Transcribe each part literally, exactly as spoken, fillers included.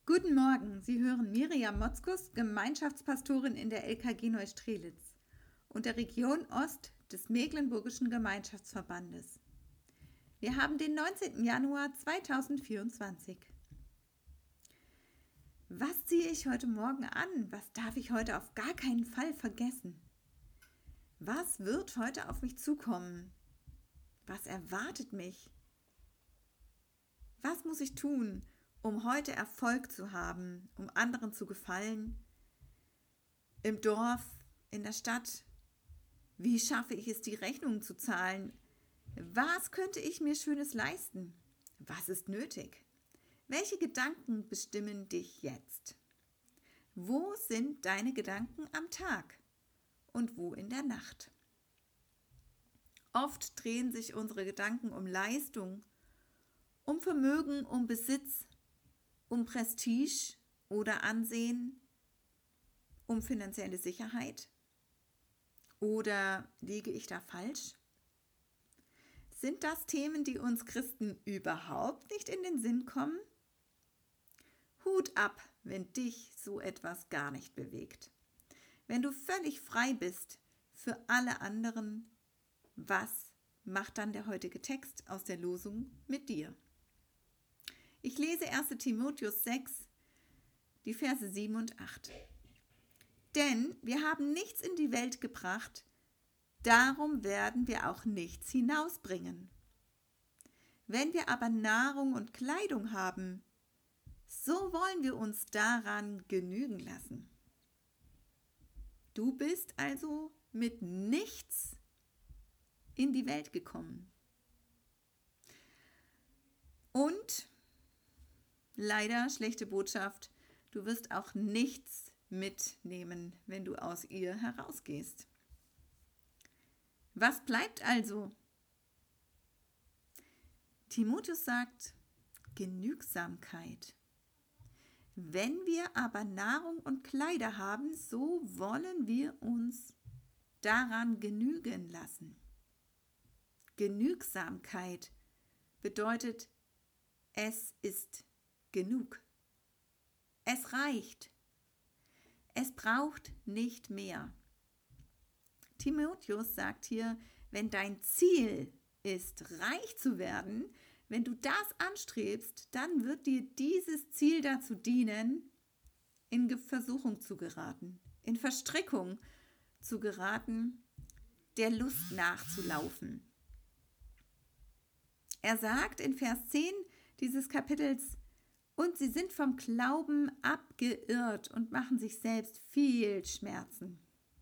Guten Morgen, Sie hören Miriam Motzkus, Gemeinschaftspastorin in der L K G Neustrelitz und der Region Ost des Mecklenburgischen Gemeinschaftsverbandes. Wir haben den neunzehnten Januar zweitausendvierundzwanzig. Was ziehe ich heute Morgen an? Was darf ich heute auf gar keinen Fall vergessen? Was wird heute auf mich zukommen? Was erwartet mich? Was muss ich tun, um heute Erfolg zu haben, um anderen zu gefallen? Im Dorf, in der Stadt? Wie schaffe ich es, die Rechnungen zu zahlen? Was könnte ich mir Schönes leisten? Was ist nötig? Welche Gedanken bestimmen dich jetzt? Wo sind deine Gedanken am Tag und wo in der Nacht? Oft drehen sich unsere Gedanken um Leistung, um Vermögen, um Besitz, um Prestige oder Ansehen, um finanzielle Sicherheit. Oder liege ich da falsch? Sind das Themen, die uns Christen überhaupt nicht in den Sinn kommen? Hut ab, wenn dich so etwas gar nicht bewegt. Wenn du völlig frei bist für alle anderen, was macht dann der heutige Text aus der Losung mit dir? Ich lese erster Timotheus sechs, die Verse sieben und acht. Denn wir haben nichts in die Welt gebracht, darum werden wir auch nichts hinausbringen. Wenn wir aber Nahrung und Kleidung haben, so wollen wir uns daran genügen lassen. Du bist also mit nichts in die Welt gekommen. Und leider, schlechte Botschaft, du wirst auch nichts mitnehmen, wenn du aus ihr herausgehst. Was bleibt also? Timotheus sagt, Genügsamkeit. Wenn wir aber Nahrung und Kleider haben, so wollen wir uns daran genügen lassen. Genügsamkeit bedeutet, es ist genug. Es reicht. Es braucht nicht mehr. Timotheus sagt hier, wenn dein Ziel ist, reich zu werden, wenn du das anstrebst, dann wird dir dieses Ziel dazu dienen, in Versuchung zu geraten, in Verstrickung zu geraten, der Lust nachzulaufen. Er sagt in Vers zehn dieses Kapitels, und sie sind vom Glauben abgeirrt und machen sich selbst viel Schmerzen.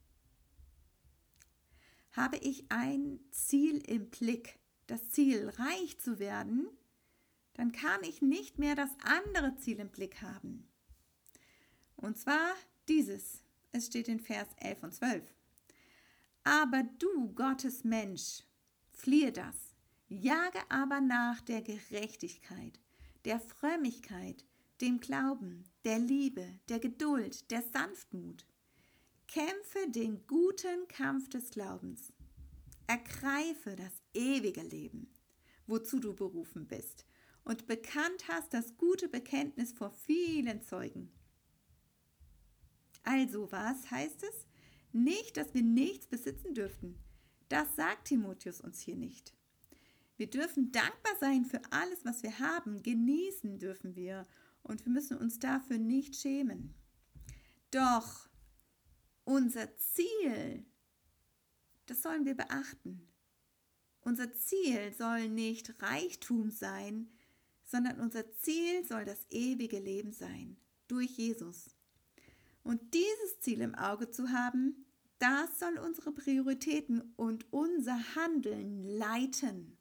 Habe ich ein Ziel im Blick, das Ziel, reich zu werden, dann kann ich nicht mehr das andere Ziel im Blick haben. Und zwar dieses, es steht in Vers elf und zwölf. Aber du, Gottes Mensch, fliehe das, jage aber nach der Gerechtigkeit, der Frömmigkeit, dem Glauben, der Liebe, der Geduld, der Sanftmut. Kämpfe den guten Kampf des Glaubens. Ergreife das ewige Leben, wozu du berufen bist und bekannt hast das gute Bekenntnis vor vielen Zeugen. Also, was heißt es? Nicht, dass wir nichts besitzen dürften. Das sagt Timotheus uns hier nicht. Wir dürfen dankbar sein für alles, was wir haben. Genießen dürfen wir und wir müssen uns dafür nicht schämen. Doch unser Ziel, das sollen wir beachten. Unser Ziel soll nicht Reichtum sein, sondern unser Ziel soll das ewige Leben sein, durch Jesus. Und dieses Ziel im Auge zu haben, das soll unsere Prioritäten und unser Handeln leiten.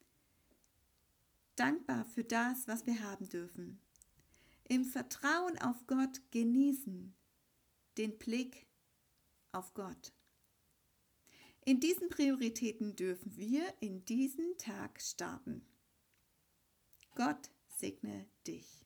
Dankbar für das, was wir haben dürfen. Im Vertrauen auf Gott genießen, den Blick auf Gott. In diesen Prioritäten dürfen wir in diesen Tag starten. Gott segne dich.